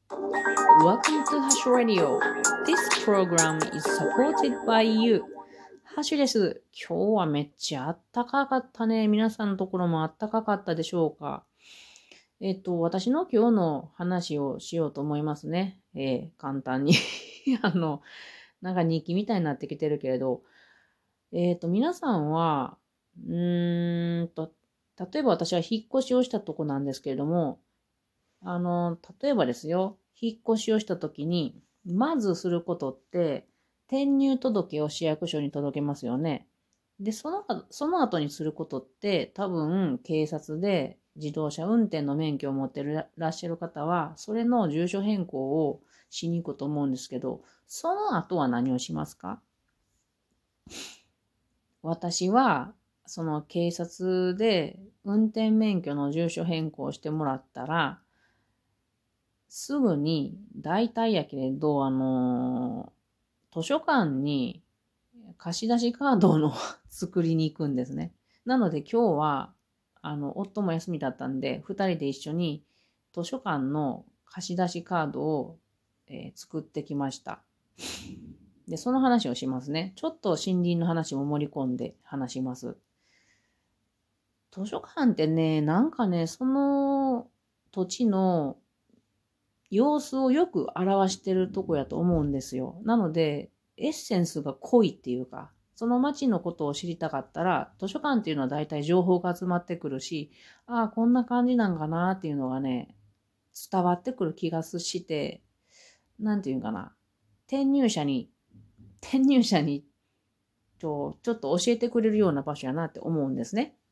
Welcome to Hash Radio. This program is supported by you. ハッシュです。今日はめっちゃあったかかったね。皆さんのところもあったかかったでしょうか。私の今日の話をしようと思いますね。簡単に。なんか日記みたいになってきてるけれど、皆さんは、例えば私は引っ越しをしたとこなんですけれども、例えばですよ、引っ越しをしたときに、まずすることって、転入届を市役所に届けますよね。で、その後にすることって、多分、警察で自動車運転の免許を持ってらっしゃる方は、それの住所変更をしに行くと思うんですけど、その後は何をしますか？私は、その警察で運転免許の住所変更をしてもらったら、すぐに、大体やけれど、図書館に貸し出しカードの作りに行くんですね。なので今日は、夫も休みだったんで、二人で一緒に図書館の貸し出しカードを、作ってきました。で、その話をしますね。ちょっと森林の話も盛り込んで話します。図書館ってね、なんかね、その土地の様子をよく表してるとこやと思うんですよ。なので、エッセンスが濃いっていうか、その街のことを知りたかったら、図書館っていうのは大体情報が集まってくるし、ああ、こんな感じなんかなっていうのがね、伝わってくる気がして、なんていうかな、転入者に、転入者にちょっと教えてくれるような場所やなって思うんですね。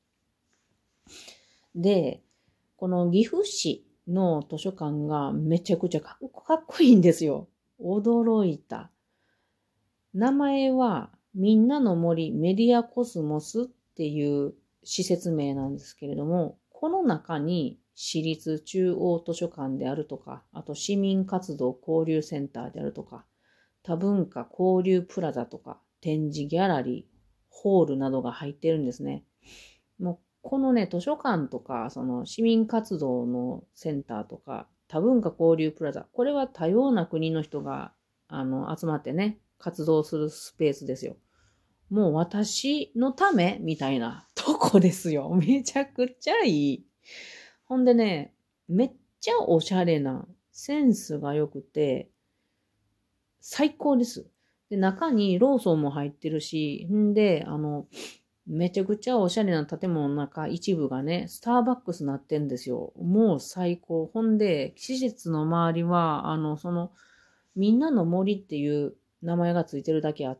で、この岐阜市の図書館がめちゃくちゃかっこいいんですよ。驚いた。名前はみんなの森メディアコスモスっていう施設名なんですけれども、この中に私立中央図書館であるとか、あと市民活動交流センターであるとか、多文化交流プラザとか、展示ギャラリー、ホールなどが入ってるんですね。もうこのね、図書館とか、その市民活動のセンターとか、多文化交流プラザ、これは多様な国の人が、集まってね、活動するスペースですよ。もう私のためみたいなとこですよ。めちゃくちゃいい。ほんでね、めっちゃおしゃれな、センスが良くて、最高です。で、中にローソンも入ってるし、んで、めちゃくちゃおしゃれな建物の中、一部がね、スターバックスになってんですよ。もう最高。ほんで、施設の周りは、みんなの森っていう名前がついてるだけあって、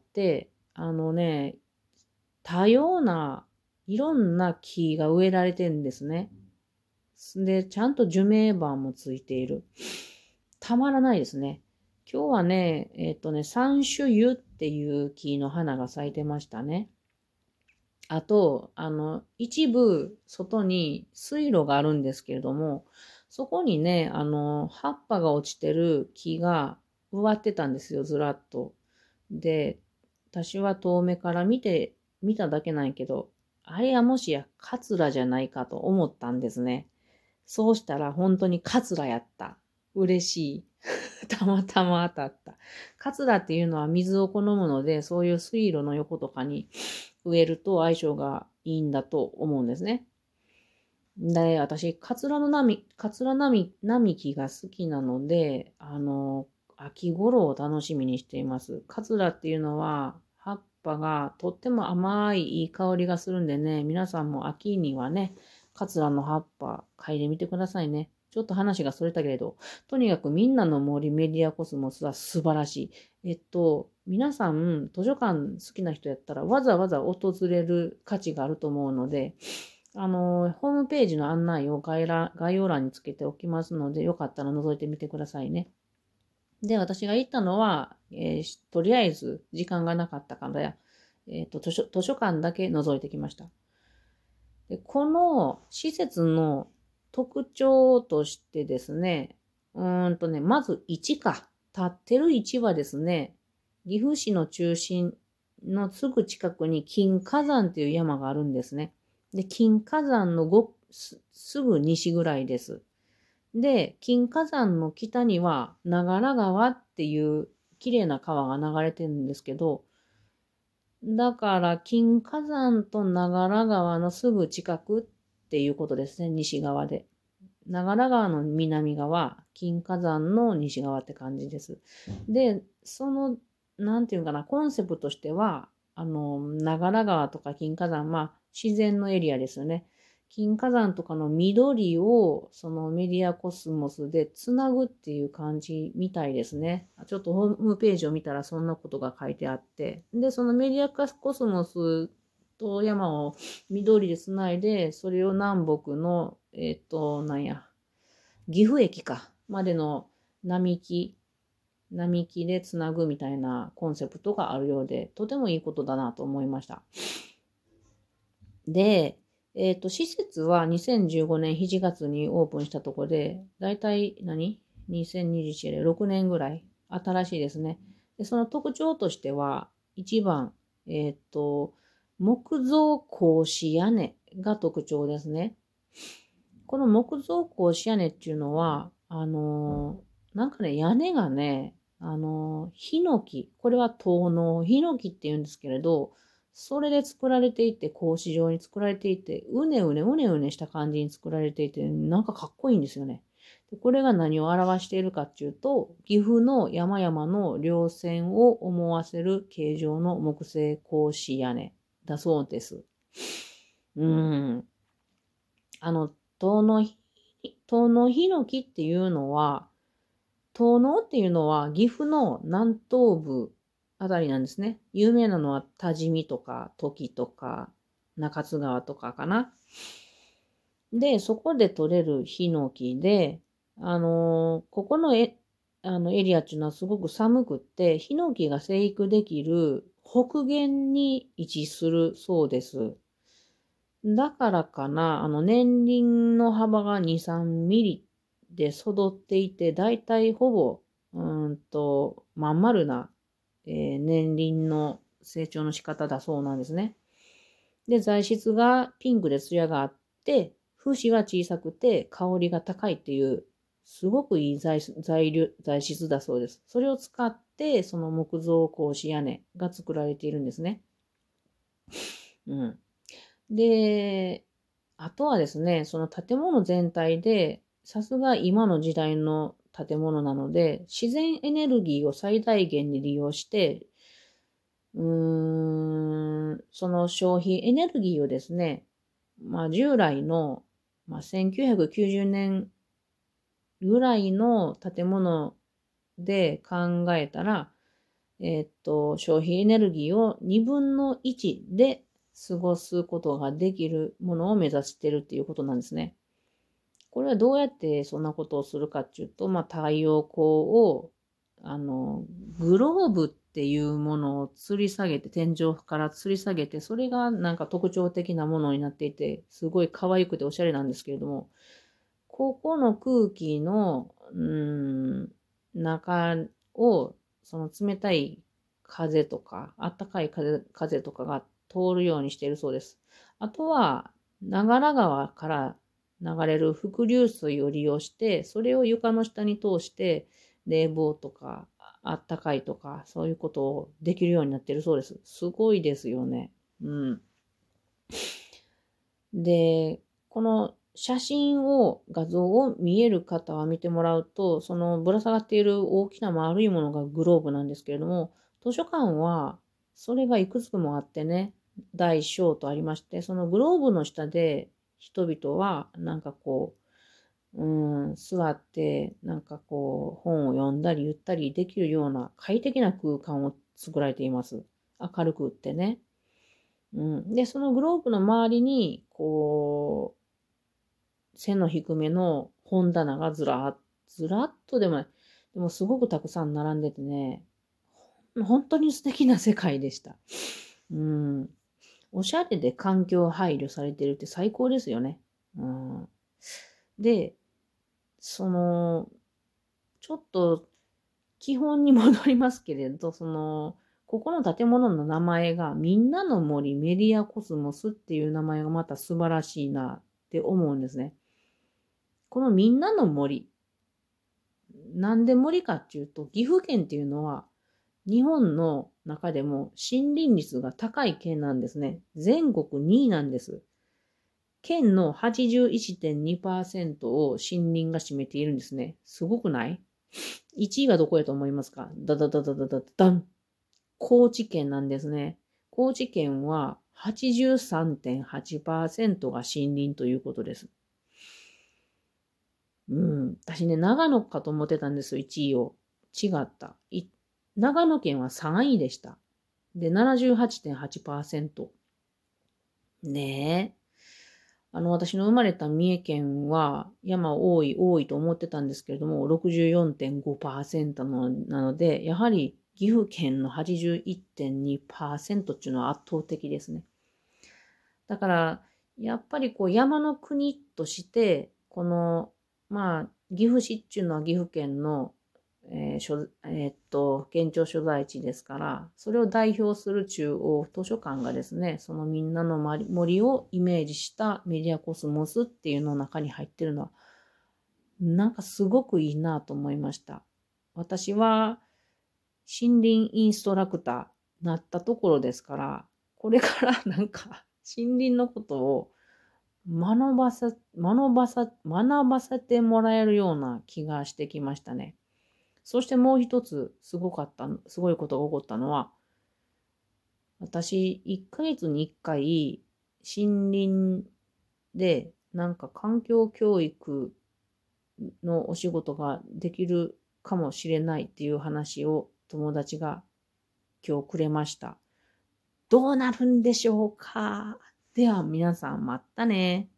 多様ないろんな木が植えられてんですね。で、ちゃんと樹名板もついている。たまらないですね。今日はね、三種油っていう木の花が咲いてましたね。あと、一部、外に水路があるんですけれども、そこにね、葉っぱが落ちてる木が植わってたんですよ、ずらっと。で、私は遠目から見ただけなんやけど、あれはもしやカツラじゃないかと思ったんですね。そうしたら本当にカツラやった。嬉しい。たまたま当たった。カツラっていうのは水を好むので、そういう水路の横とかに植えると相性がいいんだと思うんですね。で、私、カツラ並木が好きなので、秋頃を楽しみにしています。カツラっていうのは、葉っぱがとっても甘いいい香りがするんでね、皆さんも秋にはね、カツラの葉っぱ嗅いでみてくださいね。ちょっと話がそれたけれど、とにかくみんなの森メディアコスモスは素晴らしい。皆さん図書館好きな人やったらわざわざ訪れる価値があると思うので、ホームページの案内を概要欄につけておきますので、よかったら覗いてみてくださいね。で、私が行ったのは、とりあえず時間がなかったから、図書館だけ覗いてきました。で、この施設の特徴としてですね、まず位置か。立ってる位置はですね、岐阜市の中心のすぐ近くに金華山っていう山があるんですね。で、金華山のすぐ西ぐらいです。 で、金華山の北には長良川っていう綺麗な川が流れてるんですけど、だから金華山と長良川のすぐ近くっていうことですね、西側で。長良川の南側、金華山の西側って感じです。で、なんていうかな、コンセプトとしては、長良川とか金華山、自然のエリアですよね。金華山とかの緑を、そのメディアコスモスでつなぐっていう感じみたいですね。ちょっとホームページを見たらそんなことが書いてあって、で、そのメディアコスモスと山を緑でつないで、それを南北の、岐阜駅までの並木でつなぐみたいなコンセプトがあるようで、とてもいいことだなと思いました。で、施設は2015年7月にオープンしたところで、だいたい2021で6年ぐらい新しいですね。で、その特徴としては、一番、木造格子屋根が特徴ですね。この木造格子屋根っていうのは、なんかね、屋根がね、ヒノキ、これは東農ヒノキって言うんですけれど、それで作られていて、格子状に作られていて、うねうねした感じに作られていて、なんかかっこいいんですよね。でこれが何を表しているかっていうと、岐阜の山々の稜線を思わせる形状の木製格子屋根だそうです。あの、東の、東のヒノキっていうのは、東農っていうのは岐阜の南東部あたりなんですね。有名なのは多治見とか土岐とか中津川とかかな。で、そこで採れるヒノキで、ここのエリアっていうのはすごく寒くって、ヒノキが生育できる北限に位置するそうです。だからかな、年輪の幅が2、3ミリで育っていて、だいたいほぼ、まん丸な、年輪の成長の仕方だそうなんですね。で、材質がピンクで艶があって、節は小さくて香りが高いっていう、すごくいい材質だそうです。それを使って、その木造格子屋根が作られているんですね。うん。で、あとはですね、その建物全体で、さすが今の時代の建物なので、自然エネルギーを最大限に利用して、その消費エネルギーをですね、従来の、1990年ぐらいの建物で考えたら、消費エネルギーを2分の1で過ごすことができるものを目指しているっていうことなんですね。これはどうやってそんなことをするかっていうと、太陽光を、グローブっていうものを吊り下げて、天井から吊り下げて、それがなんか特徴的なものになっていて、すごい可愛くておしゃれなんですけれども、ここの空気の、中を、その冷たい風とか、あったかい風とかが通るようにしているそうです。あとは、長良川から流れる伏流水を利用して、それを床の下に通して、冷房とか、あったかいとか、そういうことをできるようになっているそうです。すごいですよね。うん。で、この画像を見える方は見てもらうと、そのぶら下がっている大きな丸いものがグローブなんですけれども、図書館はそれがいくつもあってね、大小とありまして、そのグローブの下で人々はなんかこう、座って、なんかこう、本を読んだり言ったりできるような快適な空間を作られています。明るくってね。で、そのグローブの周りに、こう、背の低めの本棚がずらっとでもない。でもすごくたくさん並んでてね、本当に素敵な世界でした。うん。おしゃれで環境配慮されてるって最高ですよね。うん。で、その、ちょっと基本に戻りますけれど、ここの建物の名前がみんなの森メディアコスモスっていう名前がまた素晴らしいなって思うんですね。このみんなの森。 なんで無理かっていうと、岐阜県っていうのは、日本の中でも森林率が高い県なんですね。全国2位なんです。県の 81.2% を森林が占めているんですね。すごくない？ 1 位がどこやと思いますか？ダダダダダダダン。高知県なんですね。高知県は 83.8% が森林ということです。私ね、長野かと思ってたんですよ、1位を。違った。長野県は3位でした。で、78.8%。ねえ。私の生まれた三重県は山多いと思ってたんですけれども、64.5% なので、やはり岐阜県の 81.2% っていうのは圧倒的ですね。だから、やっぱりこう山の国として、この、岐阜市っていうのは岐阜県の県庁所在地ですから、それを代表する中央図書館がですね、そのみんなの森をイメージしたメディアコスモスっていうの中に入ってるのは、なんかすごくいいなと思いました。私は森林インストラクターになったところですから、これからなんか森林のことを学ばせてもらえるような気がしてきましたね。そしてもう一つすごいことが起こったのは、私、1ヶ月に1回、森林で、なんか環境教育のお仕事ができるかもしれないっていう話を友達が今日くれました。どうなるんでしょうか？では皆さんまたね。